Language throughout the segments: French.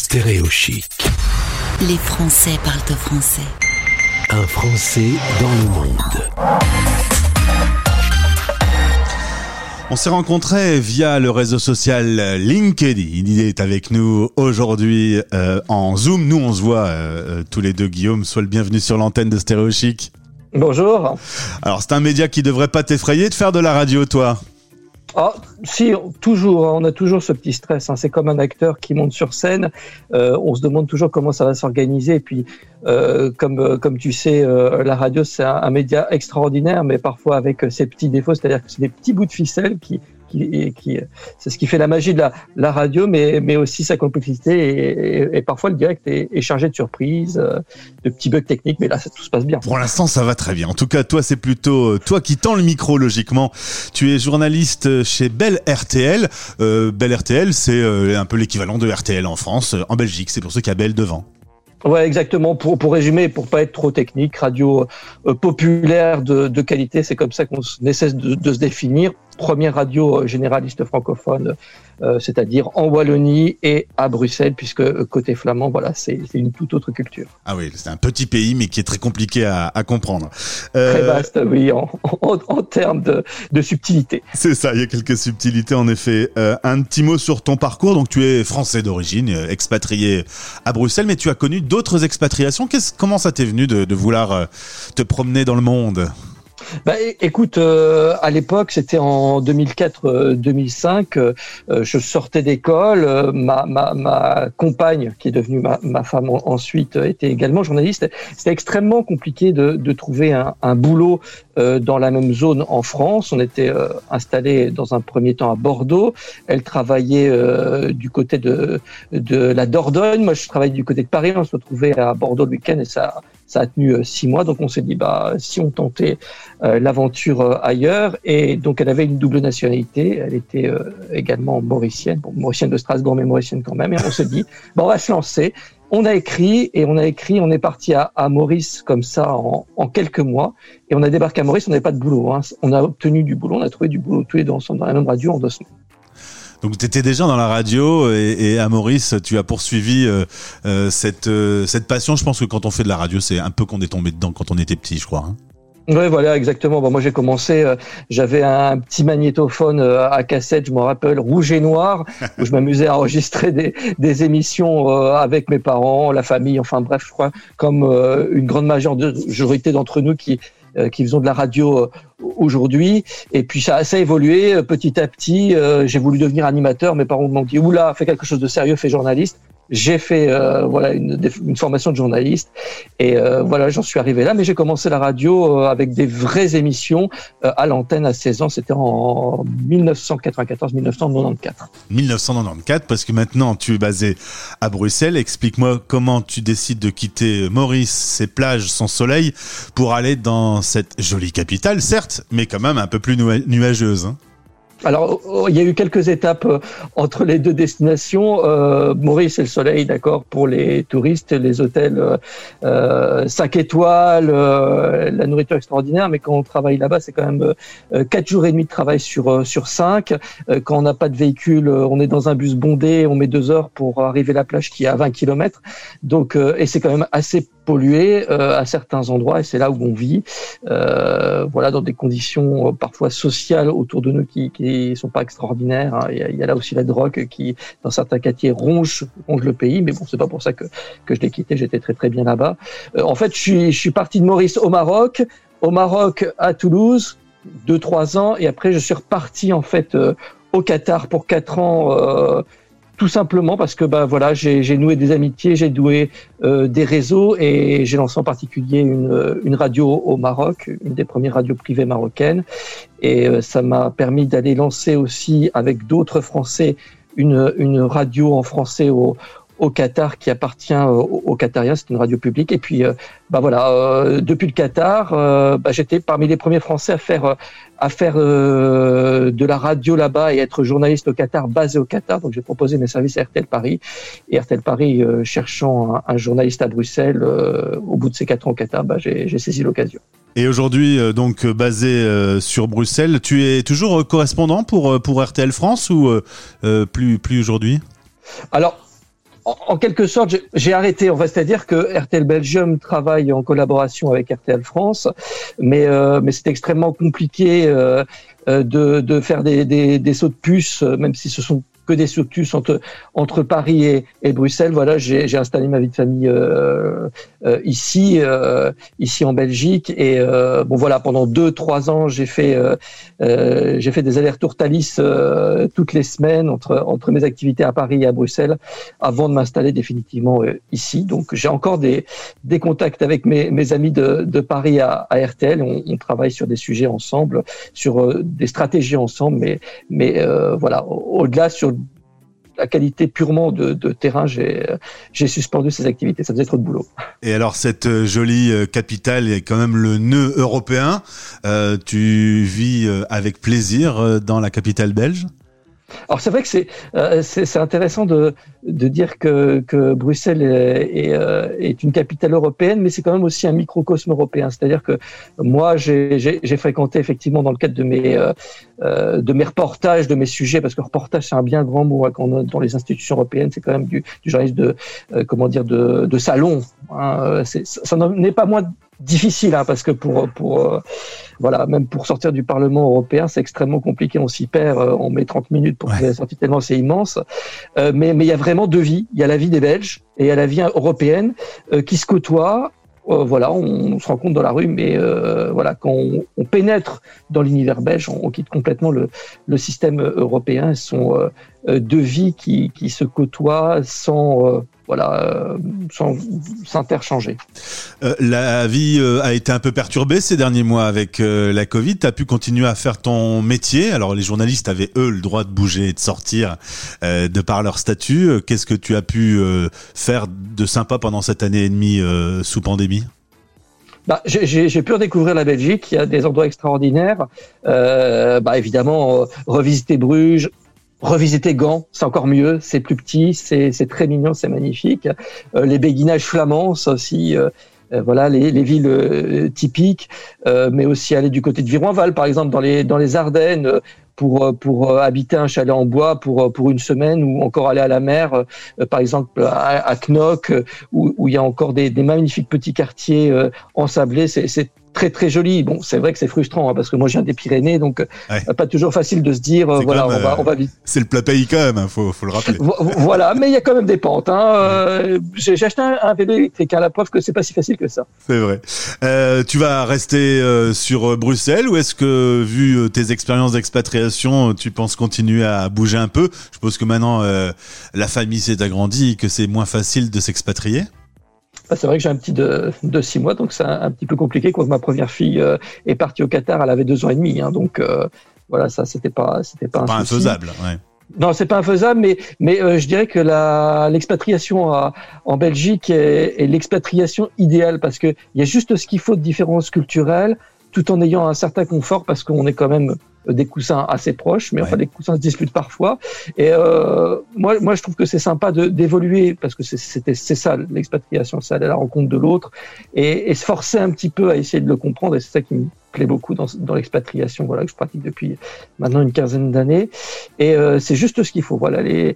Stéréo Chic. Les Français parlent au français. Un Français dans le monde. On s'est rencontrés via le réseau social LinkedIn. Il est avec nous aujourd'hui en Zoom. Nous, on se voit tous les deux. Guillaume, sois le bienvenu sur l'antenne de Stéréo Chic. Bonjour. Alors, c'est un média qui devrait pas t'effrayer de faire de la radio, toi. Ah, si, toujours, on a toujours ce petit stress. C'est comme un acteur qui monte sur scène. On se demande toujours comment ça va s'organiser. Et puis, comme tu sais, la radio, c'est un média extraordinaire, mais parfois avec ses petits défauts. C'est-à-dire que c'est des petits bouts de ficelle qui c'est ce qui fait la magie de la radio, mais aussi sa complexité et parfois le direct est chargé de surprises, de petits bugs techniques, mais là tout se passe bien. Pour l'instant, ça va très bien. En tout cas, toi, c'est plutôt toi qui tends le micro, logiquement. Tu es journaliste chez Bell RTL. Bell RTL, c'est un peu l'équivalent de RTL en France, en Belgique. C'est pour ceux qui a Bell devant. Ouais, exactement. Pour résumer, pour pas être trop technique, radio populaire de qualité, c'est comme ça qu'on essaie de se définir. Première radio généraliste francophone, c'est-à-dire en Wallonie et à Bruxelles, puisque côté flamand, voilà, c'est une toute autre culture. Ah oui, c'est un petit pays, mais qui est très compliqué à comprendre. Très vaste, oui, en termes de subtilité. C'est ça, il y a quelques subtilités en effet. Un petit mot sur ton parcours. Donc tu es français d'origine, expatrié à Bruxelles, mais tu as connu d'autres expatriations. Comment ça t'est venu de vouloir te promener dans le monde ? Écoute, à l'époque, c'était en 2004-2005. Je sortais d'école. Ma compagne, qui est devenue ma femme ensuite, était également journaliste. C'était extrêmement compliqué de trouver un boulot dans la même zone en France. On était installés dans un premier temps à Bordeaux. Elle travaillait du côté de la Dordogne. Moi, je travaillais du côté de Paris. On se retrouvait à Bordeaux le week-end et ça a tenu 6 mois. Donc, on s'est dit, si on tentait l'aventure ailleurs. Et donc, elle avait une double nationalité. Elle était également mauricienne. Bon, mauricienne de Strasbourg, mais mauricienne quand même. Et on s'est dit, on va se lancer. On a écrit, on est parti à Maurice comme ça en quelques mois. Et on a débarqué à Maurice, on n'avait pas de boulot. On a obtenu du boulot, on a trouvé du boulot tous les deux ensemble dans la même radio en 2 semaines. Donc tu étais déjà dans la radio et à Maurice, tu as poursuivi cette passion. Je pense que quand on fait de la radio, c'est un peu qu'on est tombé dedans quand on était petit, je crois. Oui, voilà, exactement. Moi, j'ai commencé, j'avais un petit magnétophone à cassette, je me rappelle, rouge et noir, où je m'amusais à enregistrer des émissions avec mes parents, la famille, enfin bref, je crois, comme une grande majorité d'entre nous qui faisons de la radio aujourd'hui. Et puis ça a évolué petit à petit. J'ai voulu devenir animateur. Mes parents m'ont dit, oula, fais quelque chose de sérieux, fais journaliste. J'ai fait une formation de journaliste et j'en suis arrivé là. Mais j'ai commencé la radio avec des vraies émissions à l'antenne à 16 ans. C'était en 1994-1994. 1994, parce que maintenant tu es basé à Bruxelles. Explique-moi comment tu décides de quitter Maurice, ses plages, son soleil, pour aller dans cette jolie capitale, certes, mais quand même un peu plus nuageuse. Alors, il y a eu quelques étapes entre les deux destinations. Maurice et le soleil, d'accord, pour les touristes, les hôtels 5 étoiles, la nourriture extraordinaire. Mais quand on travaille là-bas, c'est quand même 4 jours et demi de travail sur 5. Quand on n'a pas de véhicule, on est dans un bus bondé, on met 2 heures pour arriver à la plage qui est à 20 km. Donc, et c'est quand même assez pollué à certains endroits, et c'est là où on vit. Dans des conditions parfois sociales autour de nous qui sont pas extraordinaires. Il y a là aussi la drogue qui, dans certains quartiers, ronge le pays. Mais bon, c'est pas pour ça que je l'ai quitté. J'étais très très bien là-bas. En fait, je suis parti de Maurice au Maroc à Toulouse, 2-3 ans, et après je suis reparti en fait au Qatar pour 4 ans. Tout simplement parce que j'ai noué des amitiés, j'ai noué des réseaux et j'ai lancé en particulier une radio au Maroc, une des premières radios privées marocaines, et ça m'a permis d'aller lancer aussi avec d'autres Français une radio en français au Qatar qui appartient aux Qatariens, c'est une radio publique. Et puis depuis le Qatar, j'étais parmi les premiers Français à faire de la radio là-bas et être journaliste au Qatar, basé au Qatar. Donc j'ai proposé mes services à RTL Paris, et RTL Paris cherchant un journaliste à Bruxelles au bout de ces 4 ans au Qatar, j'ai saisi l'occasion. Et aujourd'hui, donc basé sur Bruxelles, tu es toujours correspondant pour RTL France ou plus aujourd'hui ? Alors, En quelque sorte, j'ai arrêté. C'est-à-dire que RTL Belgium travaille en collaboration avec RTL France, mais c'est extrêmement compliqué de faire des sauts de puce, même si ce sont que des sauts de puce entre Paris et Bruxelles. Voilà, j'ai installé ma vie de famille ici en Belgique, et bon voilà, pendant 2-3 ans j'ai fait des allers-retours Thalys toutes les semaines entre mes activités à Paris et à Bruxelles avant de m'installer définitivement ici. Donc j'ai encore des contacts avec mes amis de Paris à RTL. On travaille sur des sujets ensemble, sur des stratégies ensemble, mais voilà, au-delà sur la qualité purement de terrain, j'ai suspendu ces activités. Ça faisait trop de boulot. Et alors, cette jolie capitale est quand même le nœud européen. Tu vis avec plaisir dans la capitale belge ? Alors c'est vrai que c'est intéressant de dire que Bruxelles est une capitale européenne, mais c'est quand même aussi un microcosme européen. C'est-à-dire que moi j'ai fréquenté effectivement dans le cadre de mes reportages, de mes sujets, parce que reportage c'est un bien grand mot dans les institutions européennes, c'est quand même du journalisme de salon. Hein. Ça n'en est pas moins difficile, hein, parce que voilà, même pour sortir du Parlement européen, c'est extrêmement compliqué, on s'y perd, on met 30 minutes pour faire la sortie tellement c'est immense. Mais il y a vraiment deux vies. Il y a la vie des Belges et il y a la vie européenne qui se côtoient. Voilà, on se rencontre dans la rue, mais voilà, quand on pénètre dans l'univers belge, on quitte complètement le système européen. Ce sont deux vies qui se côtoient sans s'interchanger. La vie a été un peu perturbée ces derniers mois avec la Covid. Tu as pu continuer à faire ton métier. Alors les journalistes avaient eux le droit de bouger et de sortir de par leur statut. Qu'est-ce que tu as pu faire de sympa pendant cette année et demie sous pandémie ? J'ai pu redécouvrir la Belgique. Il y a des endroits extraordinaires. Évidemment, revisiter Bruges, revisiter Gand, c'est encore mieux, c'est plus petit, c'est très mignon, c'est magnifique. Les béguinages flamands, ça aussi, voilà, les villes typiques, mais aussi aller du côté de Viroinval, par exemple, dans les Ardennes, pour habiter un chalet en bois pour une semaine, ou encore aller à la mer, par exemple à Knock, où il y a encore des magnifiques petits quartiers ensablés. C'est très très joli. Bon, c'est vrai que c'est frustrant, hein, parce que moi je viens des Pyrénées, donc pas toujours facile de se dire voilà, on va vite. C'est le plat pays quand même, hein, faut le rappeler. Voilà, mais il y a quand même des pentes. Hein. J'ai acheté un vélo électrique, à la preuve que c'est pas si facile que ça. C'est vrai. Tu vas rester sur Bruxelles, ou est-ce que, vu tes expériences d'expatriation, tu penses continuer à bouger un peu ? Je suppose que maintenant la famille s'est agrandie et que c'est moins facile de s'expatrier. C'est vrai que j'ai un petit de 6 mois, donc c'est un petit peu compliqué. Quand ma première fille est partie au Qatar, elle avait 2 ans et demi, hein, donc voilà, ça c'était pas infaisable. Ouais. Non, c'est pas infaisable, mais je dirais que l'expatriation en Belgique est l'expatriation idéale, parce que il y a juste ce qu'il faut de différence culturelle, tout en ayant un certain confort, parce qu'on est quand même des coussins assez proches, mais enfin les coussins se disputent parfois. Et moi je trouve que c'est sympa d'évoluer, parce que c'est ça l'expatriation, c'est aller à la rencontre de l'autre et se forcer un petit peu à essayer de le comprendre, et c'est ça qui me plaît beaucoup dans l'expatriation, voilà, que je pratique depuis maintenant une quinzaine d'années. Et c'est juste ce qu'il faut. Voilà, les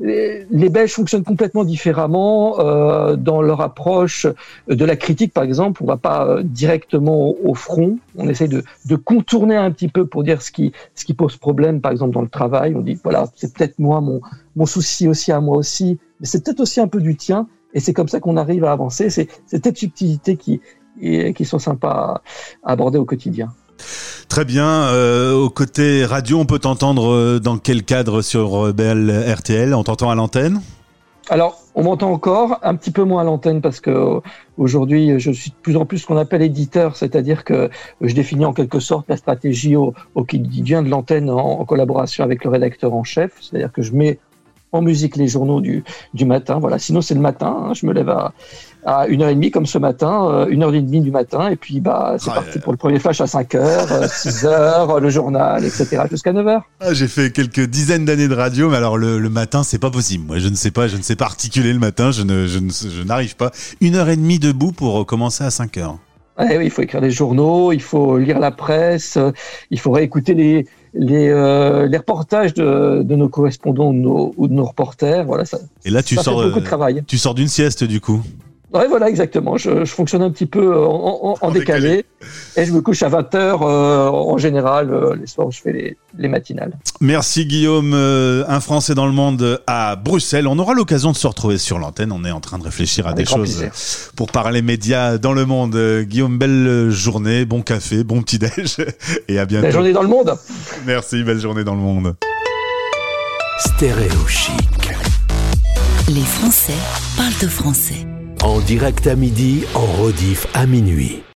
Belges fonctionnent complètement différemment dans leur approche de la critique, par exemple. On va pas directement au front. On essaye de contourner un petit peu pour dire ce qui pose problème, par exemple dans le travail. On dit voilà, c'est peut-être moi mon souci aussi à moi aussi, mais c'est peut-être aussi un peu du tien. Et c'est comme ça qu'on arrive à avancer. C'est cette subtilité qui sont sympas à aborder au quotidien. Très bien. Au côté radio, on peut t'entendre dans quel cadre sur Bell RTL ? On t'entend à l'antenne ? Alors, on m'entend encore, un petit peu moins à l'antenne, parce que aujourd'hui, je suis de plus en plus ce qu'on appelle éditeur, c'est-à-dire que je définis en quelque sorte la stratégie au quotidien de l'antenne en collaboration avec le rédacteur en chef, c'est-à-dire que je mets en musique les journaux du matin. Voilà. Sinon, c'est le matin. Hein. Je me lève à 1h30 comme ce matin, 1h30 du matin. Et puis, c'est parti pour le premier flash à 5h, 6h, le journal, etc. jusqu'à 9h. J'ai fait quelques dizaines d'années de radio, mais alors le matin, c'est pas possible. Moi, je ne sais pas articuler le matin. Je n'arrive pas. 1h30 debout pour commencer à 5h. Oui, il faut écrire des journaux, il faut lire la presse, il faut réécouter les reportages de nos correspondants ou de nos reporters. Voilà, ça. Et là, ça fait beaucoup de travail. Tu sors d'une sieste du coup. Ouais, voilà, exactement. Je fonctionne un petit peu en décalé. Et je me couche à 20h en général. Les soirs, je fais les matinales. Merci Guillaume. Un Français dans le monde à Bruxelles. On aura l'occasion de se retrouver sur l'antenne. On est en train de réfléchir à des choses pour parler médias dans le monde. Guillaume, belle journée, bon café, bon petit-déj et à bientôt. Belle journée dans le monde. Merci, belle journée dans le monde. Stéréo Chic. Les Français parlent de français. En direct à midi, en rediff à minuit.